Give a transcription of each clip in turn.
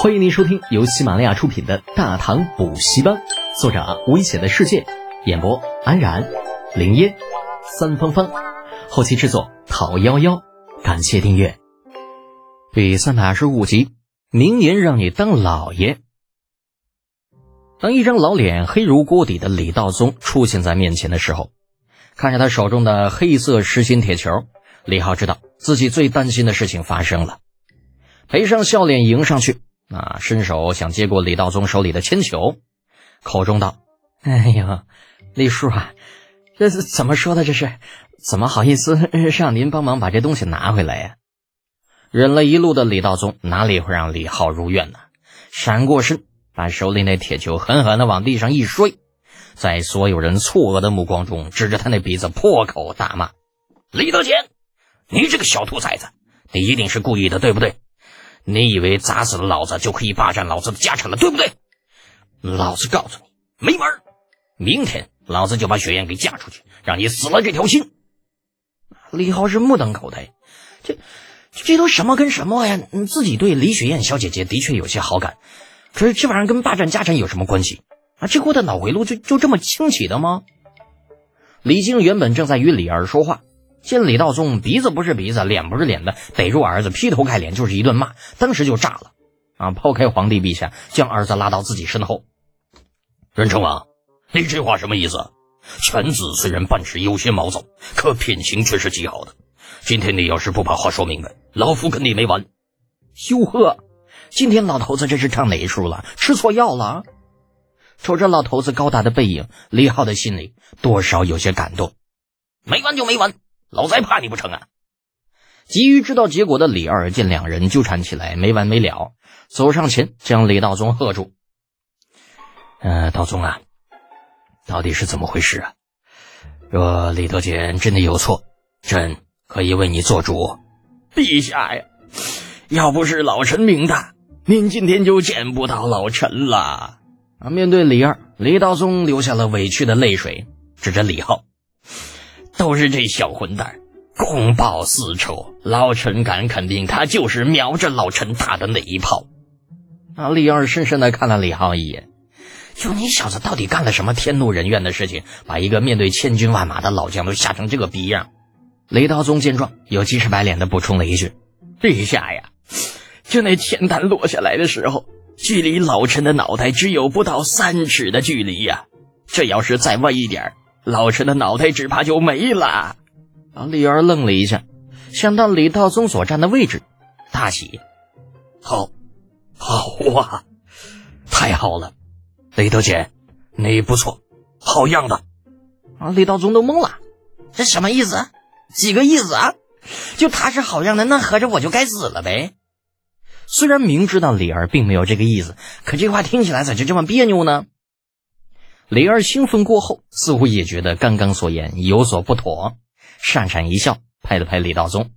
欢迎您收听由喜马拉雅出品的《大唐补习班》，作者危险的世界，演播安然、林烟、三芳芳，后期制作陶幺幺。感谢订阅。第325集，明年让你当老爷。当一张老脸黑如锅底的李道宗出现在面前的时候，看着他手中的黑色实心铁球，李浩知道自己最担心的事情发生了。赔上笑脸迎上去，伸手想接过李道宗手里的铅球，口中道：哎呀，李叔啊，这是怎么说的？这是怎么好意思让您帮忙把这东西拿回来呀？忍了一路的李道宗哪里会让李浩如愿呢？闪过身，把手里那铁球狠狠地往地上一摔，在所有人错愕的目光中指着他那鼻子破口大骂：李德俭，你这个小兔崽子，你一定是故意的，对不对？你以为砸死了老子就可以霸占老子的家产了，对不对？老子告诉你，没门！明天老子就把雪雁给嫁出去，让你死了这条心。李浩是目瞪口呆，这都什么跟什么呀？自己对李雪雁小姐姐的确有些好感，可是这玩意儿跟霸占家产有什么关系啊？这货的脑回路就这么清起的吗？李靖原本正在与李二说话，见李道宗鼻子不是鼻子，脸不是脸的逮住儿子劈头盖脸就是一顿骂，当时就炸了抛开皇帝陛下，将儿子拉到自己身后。仁成王，你这话什么意思？犬子虽然办事有些毛躁，可品行却是极好的。今天你要是不把话说明白，老夫跟你没完。哟呵，今天老头子这是唱哪一出了？吃错药了？瞅着老头子高大的背影，李浩的心里多少有些感动。没完就没完，老子还怕你不成啊？急于知道结果的李二见两人纠缠起来没完没了，走上前将李道宗喝住。道宗啊，到底是怎么回事啊？若李德俭真的有错，朕可以为你做主。陛下呀，要不是老臣命大，您今天就见不到老臣了。面对李二，李道宗流下了委屈的泪水，指着李浩：都是这小混蛋，公报私仇，老臣敢肯定他就是瞄着老臣打的那一炮。李二深深地看了李浩一眼，就你小子到底干了什么天怒人怨的事情，把一个面对千军万马的老将都吓成这个逼样？雷道宗见状，有急赤白脸的补充了一句：陛下呀，就那铅弹落下来的时候，距离老臣的脑袋只有不到3尺的距离呀，这要是再晚一点，老臣的脑袋只怕就没了。李儿愣了一下，想到李道宗所站的位置，大喜：好啊，太好了，李德俭，你不错，好样的。李道宗都懵了，这什么意思？几个意思啊？就他是好样的，那合着我就该死了呗？虽然明知道李儿并没有这个意思，可这话听起来咋就这么别扭呢？李儿兴奋过后，似乎也觉得刚刚所言有所不妥，讪讪一笑，拍了拍李道宗：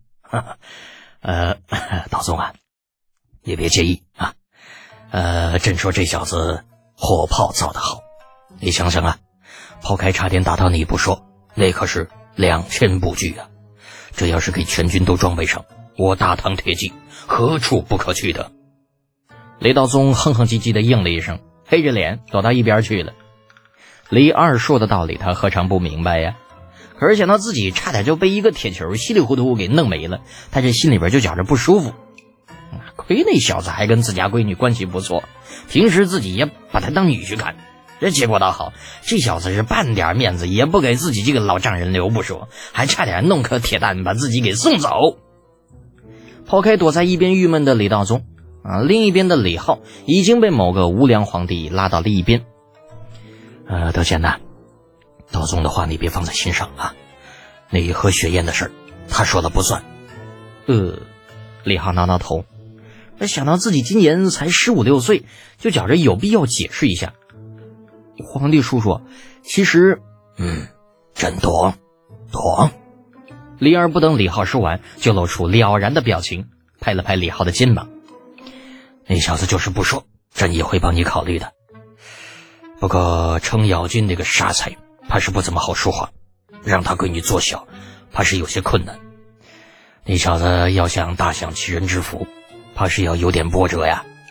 道宗啊，也别介意啊。朕说这小子火炮造得好，你想想啊，抛开差点打到你不说，那可是2000步骑啊！这要是给全军都装备上，我大唐铁骑何处不可去的？李道宗哼哼唧唧的应了一声，黑着脸躲到一边去了。李二说的道理他何尝不明白呀？可是想到自己差点就被一个铁球稀里糊涂给弄没了，他这心里边就觉着不舒服。亏那小子还跟自家闺女关系不错，平时自己也把他当女婿看。这结果倒好，这小子是半点面子也不给自己这个老丈人留不说，还差点弄颗铁弹把自己给送走。抛开躲在一边郁闷的李道宗另一边的李浩已经被某个无良皇帝拉到了一边。德贤呐，道宗的话你别放在心上啊，你和雪雁的事儿他说了不算。李浩挠挠头，想到自己今年才15、16岁，就觉着有必要解释一下。皇帝叔叔，其实朕懂。李二不等李浩说完，就露出了然的表情，拍了拍李浩的肩膀：那小子就是不说，朕也会帮你考虑的。不过程咬金那个傻才怕是不怎么好说话，让他闺女做小怕是有些困难。那小子要想大享其人之福，怕是要有点波折呀。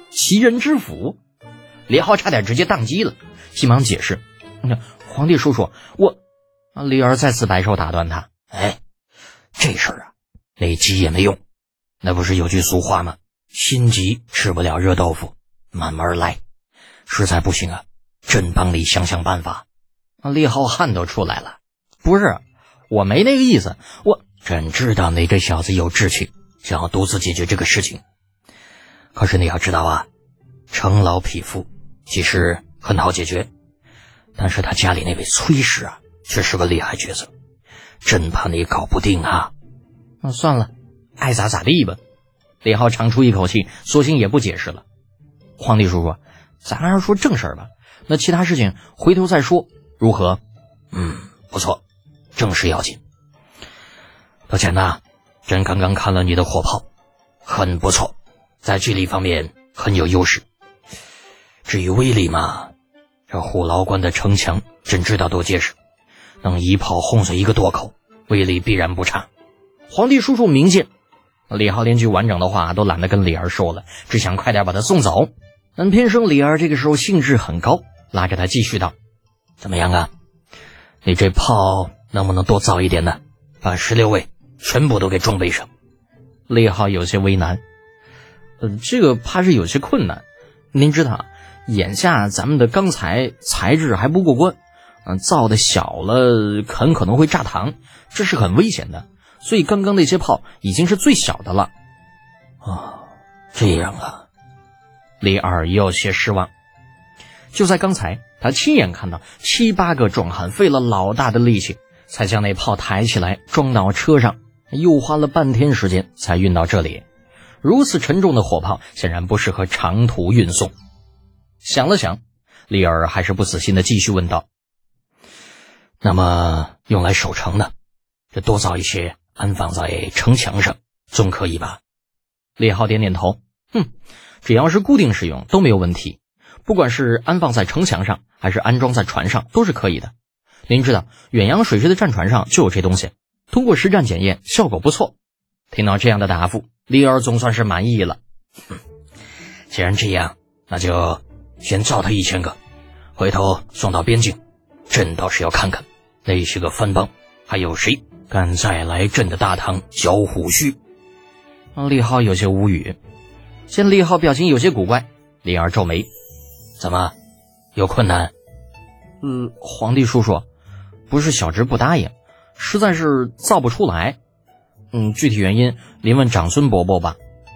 奇人之斧。李浩差点直接宕机了，急忙解释：“皇帝叔叔，我……”李儿再次摆手打断他：“ 这事儿啊，你急也没用。那不是有句俗话吗？心急吃不了热豆腐，慢慢来。实在不行啊，朕帮你想想办法。” 李浩汗都出来了：“不是，我没那个意思， 朕知道你这小子有志气，想要独自解决这个事情。可是你要知道啊，程老匹夫其实很好解决，但是他家里那位崔氏啊，却是个厉害角色，朕怕你搞不定啊。” 算了，爱咋咋地吧。李浩长出一口气，索性也不解释了。皇帝叔叔，咱还是说正事儿吧，那其他事情回头再说，如何？ 不错，正事要紧。多钱呐？朕刚刚看了你的火炮，很不错，在距离方面很有优势。至于威力嘛，这虎牢关的城墙朕知道多结实，能一炮轰碎一个垛口，威力必然不差。 皇帝叔叔明鉴。李浩连句完整的话都懒得跟李儿说了，只想快点把他送走。偏生李儿这个时候兴致很高，拉着他继续道：“ 怎么样啊？你这炮能不能多造一点呢？把16位全部都给装备上。” 李浩有些为难：“这个怕是有些困难。您知道，眼下咱们的钢材材质还不过关，造的小了很可能会炸膛，这是很危险的。所以刚刚那些炮已经是最小的了。” 这样啊。 李二有些失望。就在刚才，他亲眼看到7、8个壮汉费了老大的力气，才将那炮抬起来装到车上，又花了半天时间才运到这里。如此沉重的火炮显然不适合长途运送。想了想，李二还是不死心的继续问道：“ 那么用来守城呢？这多造一些安放在城墙上，总可以吧？” 李浩点点头：“只要是固定使用都没有问题，不管是安放在城墙上还是安装在船上都是可以的。您知道远洋水师的战船上就有这东西，通过实战检验效果不错。”听到这样的答复，李尔总算是满意了。 既然这样，那就先造他1000个，回头送到边境，朕倒是要看看那些个番邦还有谁敢再来朕的大唐搅虎须。 李浩有些无语。见李浩表情有些古怪，李二皱眉：“ 怎么，有困难？” 皇帝叔叔，不是小侄不答应，实在是造不出来。具体原因您问长孙伯伯吧。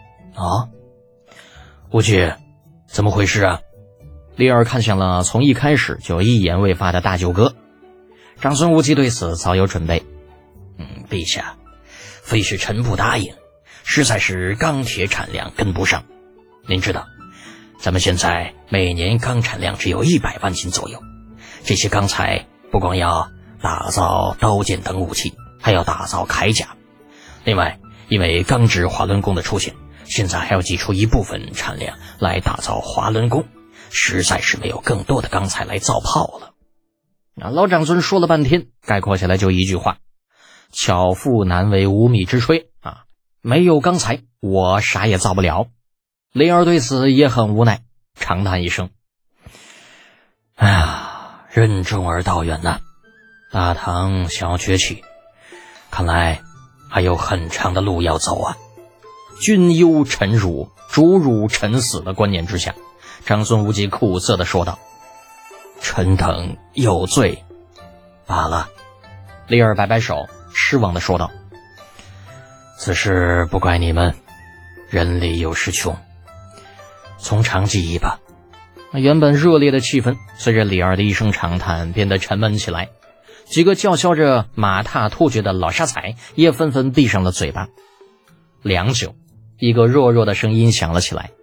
无忌，怎么回事啊？ 李二看向了从一开始就一言未发的大舅哥。长孙无忌对此早有准备。 陛下，非是臣不答应，实在是钢铁产量跟不上。您知道，咱们现在每年钢产量只有100万斤左右，这些钢材不光要打造刀剑等武器，还要打造铠甲。另外，因为钢制滑轮弓的出现，现在还要挤出一部分产量来打造滑轮弓，实在是没有更多的钢材来造炮了。 老长孙说了半天，概括下来就一句话：巧妇难为无米之炊啊！没有钢材，我啥也造不了。雷儿对此也很无奈，长叹一声： 任重而道远呐，大唐想要崛起，看来还有很长的路要走啊。 君忧臣辱，主辱臣死的观念之下，长孙无忌苦涩地说道： 臣等有罪罢了。 李尔摆摆手，失望地说道： 此事不怪你们，人力有时穷，从长计议吧。 原本热烈的气氛随着李二的一声长叹变得沉闷起来，几个叫嚣着马踏突厥的老沙才也纷纷闭上了嘴巴。良久，一个弱弱的声音响了起来：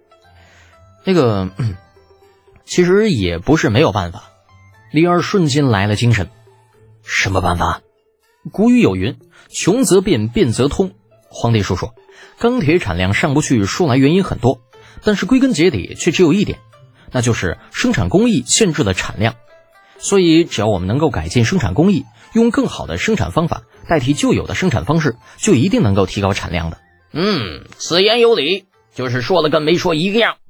其实也不是没有办法。李二瞬间来了精神： 什么办法？ 古语有云，穷则变，变则通。皇帝叔叔，钢铁产量上不去，说来原因很多，但是归根结底却只有一点，那就是生产工艺限制了产量。所以只要我们能够改进生产工艺，用更好的生产方法代替旧有的生产方式，就一定能够提高产量的。 此言有理，就是说了跟没说一个样。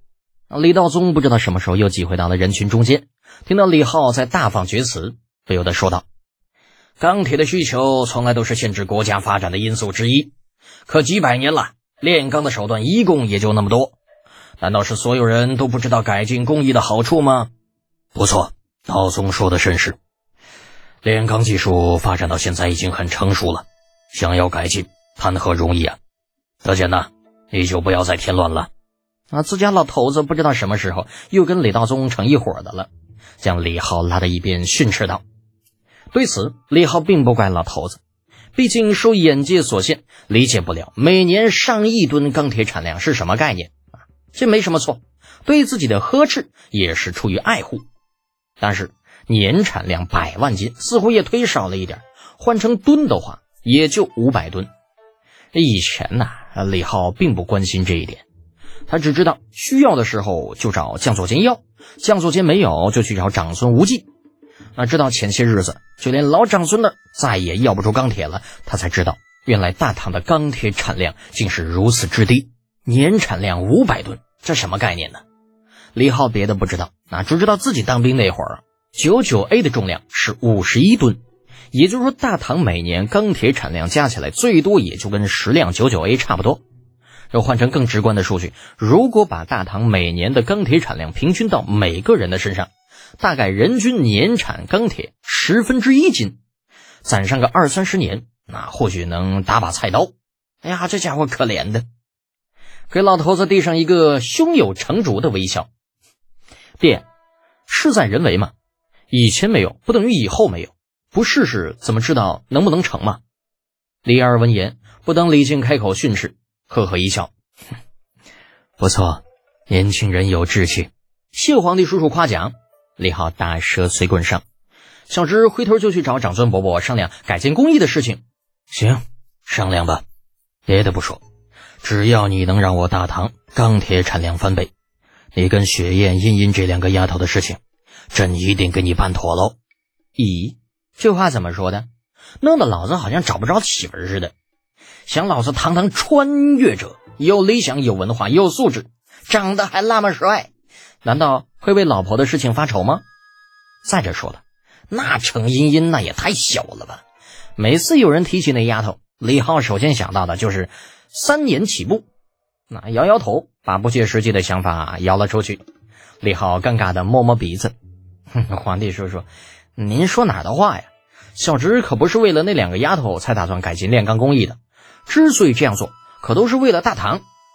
李道宗不知道什么时候又挤回到了人群中间，听到李浩在大放厥词，不由得说道：钢铁的需求从来都是限制国家发展的因素之一，可几百年了，炼钢的手段一共也就那么多，难道是所有人都不知道改进工艺的好处吗？ 不错，道宗说的甚是，炼钢技术发展到现在已经很成熟了，想要改进谈何容易啊！德简呐，你就不要再添乱了。 自家老头子不知道什么时候又跟李道宗成一伙的了，将李浩拉到一边训斥道。对此，李浩并不怪老头子，毕竟受眼界所限，理解不了每年上亿吨钢铁产量是什么概念，这没什么错，对自己的呵斥也是出于爱护。但是年产量100万斤似乎也忒少了一点，换成吨的话也就500吨。以前李浩并不关心这一点，他只知道需要的时候就找将佐监要，将佐监没有就去找长孙无忌。直到前些日子就连老长孙那再也要不出钢铁了，他才知道原来大唐的钢铁产量竟是如此之低，年产量500吨，这什么概念呢？李浩别的不知道，只知道自己当兵那会儿99A 的重量是51吨，也就是说大唐每年钢铁产量加起来最多也就跟10辆99A 差不多。又换成更直观的数据，如果把大唐每年的钢铁产量平均到每个人的身上，大概人均年产钢铁1/10斤，攒上个20-30年，或许能打把菜刀。哎呀，这家伙可怜的，给老头子递上一个胸有成竹的微笑。爹，事在人为嘛，以前没有不等于以后没有，不试试怎么知道能不能成嘛？李二闻言，不等李靖开口训斥，呵呵一笑， 不错，年轻人有志气， 谢皇帝叔叔夸奖。李浩大蛇随棍上，小侄回头就去找长孙伯伯商量改进工艺的事情。 行，商量吧，别的不说，只要你能让我大唐钢铁产量翻倍，你跟雪雁、茵茵这2个丫头的事情，朕一定给你办妥喽。 咦，这话怎么说的？弄得老子好像找不着媳妇似的。想老子堂堂穿越者，有理想、有文化、有素质，长得还那么帅，难道会为老婆的事情发愁吗？再者说了，那程茵茵那也太小了吧，每次有人提起那丫头，李浩首先想到的就是3年起步。摇摇头，把不切实际的想法摇了出去。李浩尴尬的摸摸鼻子，皇帝叔叔，您说哪儿的话呀？小侄可不是为了那2个丫头才打算改进炼钢工艺的，之所以这样做，可都是为了大唐。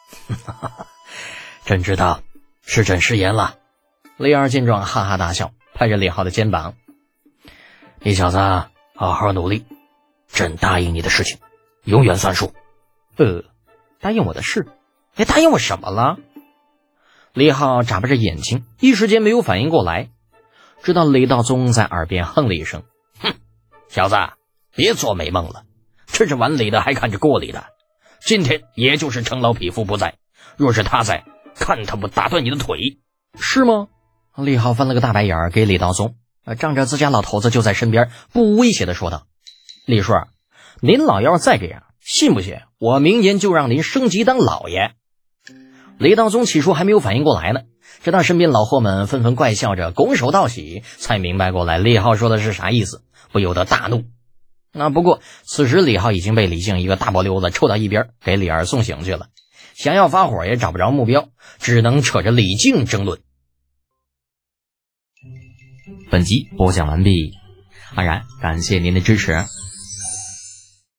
朕知道，是朕失言了。 李二见状哈哈大笑，拍着李浩的肩膀， 你小子好好努力，朕答应你的事情永远算数。 答应我的事？答应我什么了？李浩眨巴着眼睛，一时间没有反应过来，直到李道宗在耳边哼了一声， 小子别做美梦了，吃着碗里的还看着锅里的，今天也就是程老匹夫不在，若是他在，看他不打断你的腿。 是吗？李浩翻了个大白眼给李道宗，仗着自家老头子就在身边，不威胁的说道，李叔，您老要是再这样，信不信我明年就让您升级当老爷？李道宗起初还没有反应过来呢，直到身边老货们纷纷怪笑着拱手道喜，才明白过来李浩说的是啥意思，不由得大怒。不过此时李浩已经被李靖一个大波溜子抽到一边，给李二送行去了，想要发火也找不着目标，只能扯着李靖争论。 本集播讲完毕，安然感谢您的支持。